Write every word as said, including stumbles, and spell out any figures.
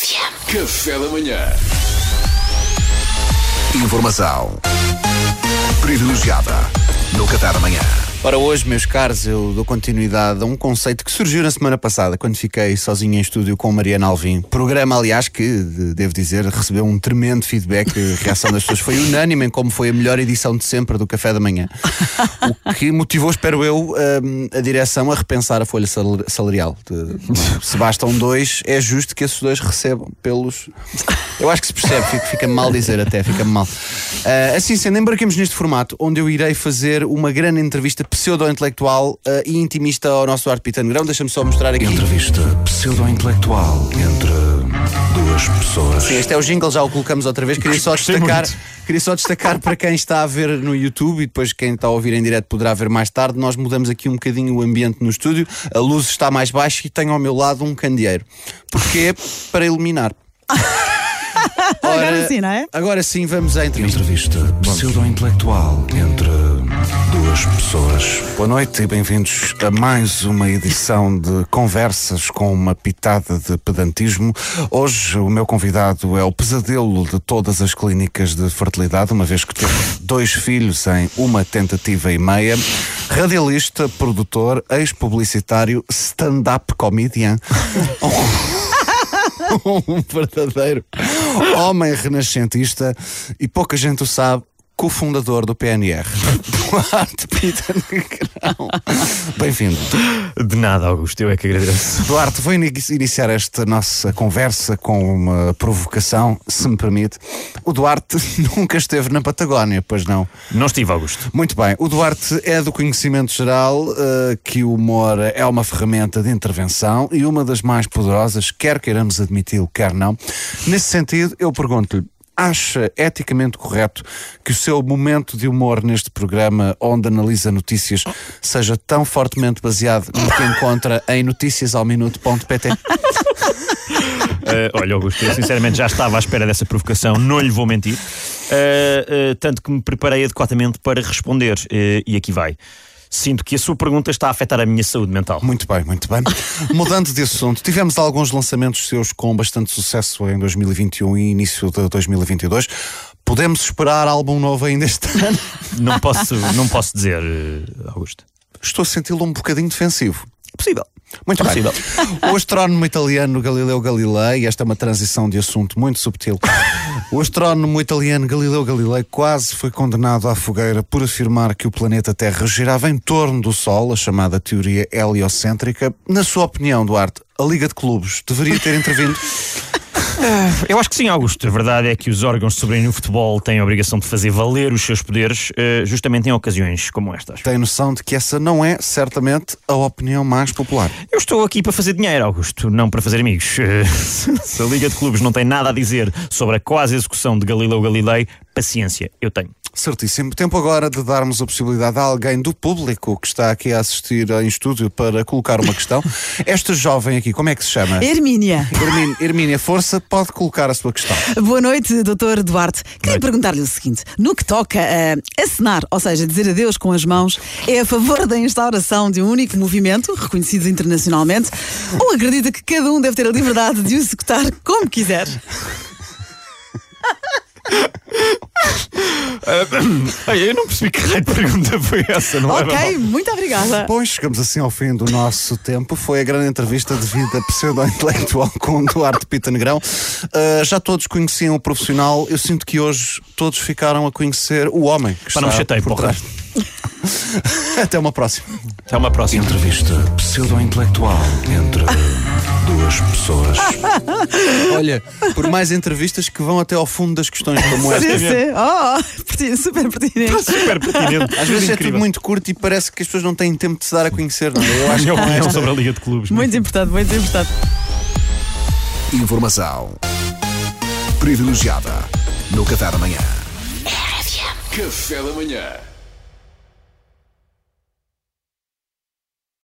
R F M. Café da manhã. Informação privilegiada no Café da manhã. Ora, hoje, meus caros, eu dou continuidade a um conceito que surgiu na semana passada, quando fiquei sozinho em estúdio com Mariana Alvim. Programa, aliás, que, devo dizer, recebeu um tremendo feedback. A reação das pessoas foi unânime em como foi a melhor edição de sempre do Café da Manhã. O que motivou, espero eu, a, a direção a repensar a folha sal- salarial. De, se bastam dois, é justo que esses dois recebam pelos... Eu acho que se percebe, fica, fica mal dizer até, fica mal. Uh, assim sendo, embarquemos neste formato, onde eu irei fazer uma grande entrevista pseudo-intelectual uh, e intimista ao nosso Duarte Pita Negrão. Deixa-me só mostrar aqui. Entrevista pseudo-intelectual entre duas pessoas. Sim, este é o jingle, já o colocamos outra vez. Queria só destacar, queria só destacar para quem está a ver no YouTube e depois quem está a ouvir em direto poderá ver mais tarde. Nós mudamos aqui um bocadinho o ambiente no estúdio. A luz está mais baixa e tenho ao meu lado um candeeiro. Porquê? Para iluminar. Ora, agora sim, não é? Agora sim, vamos à entrevista. Entrevista pseudo-intelectual entre duas pessoas. Boa noite e bem-vindos a mais uma edição de Conversas com uma pitada de pedantismo. Hoje o meu convidado é o pesadelo de todas as clínicas de fertilidade, uma vez que teve dois filhos em uma tentativa e meia. Radialista, produtor, ex-publicitário, stand-up comedian. Um verdadeiro homem renascentista e pouca gente o sabe, cofundador do P N R. Duarte Pita Negrão. Bem-vindo. De nada, Augusto, eu é que agradeço. Duarte, vou iniciar esta nossa conversa com uma provocação, se me permite. O Duarte nunca esteve na Patagónia, pois não? Não estive, Augusto. Muito bem, o Duarte é do conhecimento geral uh, que o humor é uma ferramenta de intervenção e uma das mais poderosas, quer queiramos admiti-lo, quer não. Nesse sentido, eu pergunto-lhe, acha eticamente correto que o seu momento de humor neste programa, onde analisa notícias, seja tão fortemente baseado no que encontra em noticias ao minuto ponto pt? Uh, olha, Augusto, eu sinceramente já estava à espera dessa provocação, não lhe vou mentir. Uh, uh, tanto que me preparei adequadamente para responder. Uh, e aqui vai. Sinto que a sua pergunta está a afetar a minha saúde mental. Muito bem, muito bem. Mudando de assunto, tivemos alguns lançamentos seus com bastante sucesso em dois mil e vinte e um e início de dois mil e vinte e dois. Podemos esperar álbum novo ainda este ano? Não posso, não posso dizer, Augusto. Estou a senti-lo um bocadinho defensivo. Possível. Muito é bem. possível. O astrónomo italiano Galileu Galilei, esta é uma transição de assunto muito subtil. O astrónomo italiano Galileu Galilei quase foi condenado à fogueira por afirmar que o planeta Terra girava em torno do Sol, a chamada teoria heliocêntrica. Na sua opinião, Duarte, a Liga de Clubes deveria ter intervindo? Eu acho que sim, Augusto. A verdade é que os órgãos de soberania no futebol têm a obrigação de fazer valer os seus poderes, justamente em ocasiões como estas. Tem noção de que essa não é, certamente, a opinião mais popular? Eu estou aqui para fazer dinheiro, Augusto, não para fazer amigos. Se a Liga de Clubes não tem nada a dizer sobre a quase execução de Galileu Galilei, paciência, eu tenho. Certíssimo. Tempo agora de darmos a possibilidade a alguém do público que está aqui a assistir em estúdio para colocar uma questão. Esta jovem aqui, como é que se chama? Hermínia. Hermínia, Hermínia, força, pode colocar a sua questão. Boa noite, doutor Duarte. Queria perguntar-lhe o seguinte: no que toca a acenar, ou seja, dizer adeus com as mãos, é a favor da instauração de um único movimento, reconhecido internacionalmente, ou acredita que cada um deve ter a liberdade de o executar como quiser? Uh, eu não percebi que raio de pergunta foi essa, não é? Ok, muito obrigada. Pois, chegamos assim ao fim do nosso tempo. Foi a grande entrevista de vida pseudo-intelectual com o Duarte Pita Negrão. Uh, já todos conheciam o profissional. Eu sinto que hoje todos ficaram a conhecer o homem que Para não me está chatei, por porra. trás. Até uma próxima. Até uma próxima. Entrevista pseudo-intelectual entre duas pessoas. Olha, por mais entrevistas que vão até ao fundo das questões como esta. Sim, sim. Oh, pertin- super pertinente. Super pertinente. Às vezes é Incrível. tudo muito curto e parece que as pessoas não têm tempo de se dar a conhecer. Não é? Eu acho que Minha com opinião esta... sobre a Liga de Clubes. Muito importante, muito importante. Informação privilegiada no Café da manhã. Café da manhã.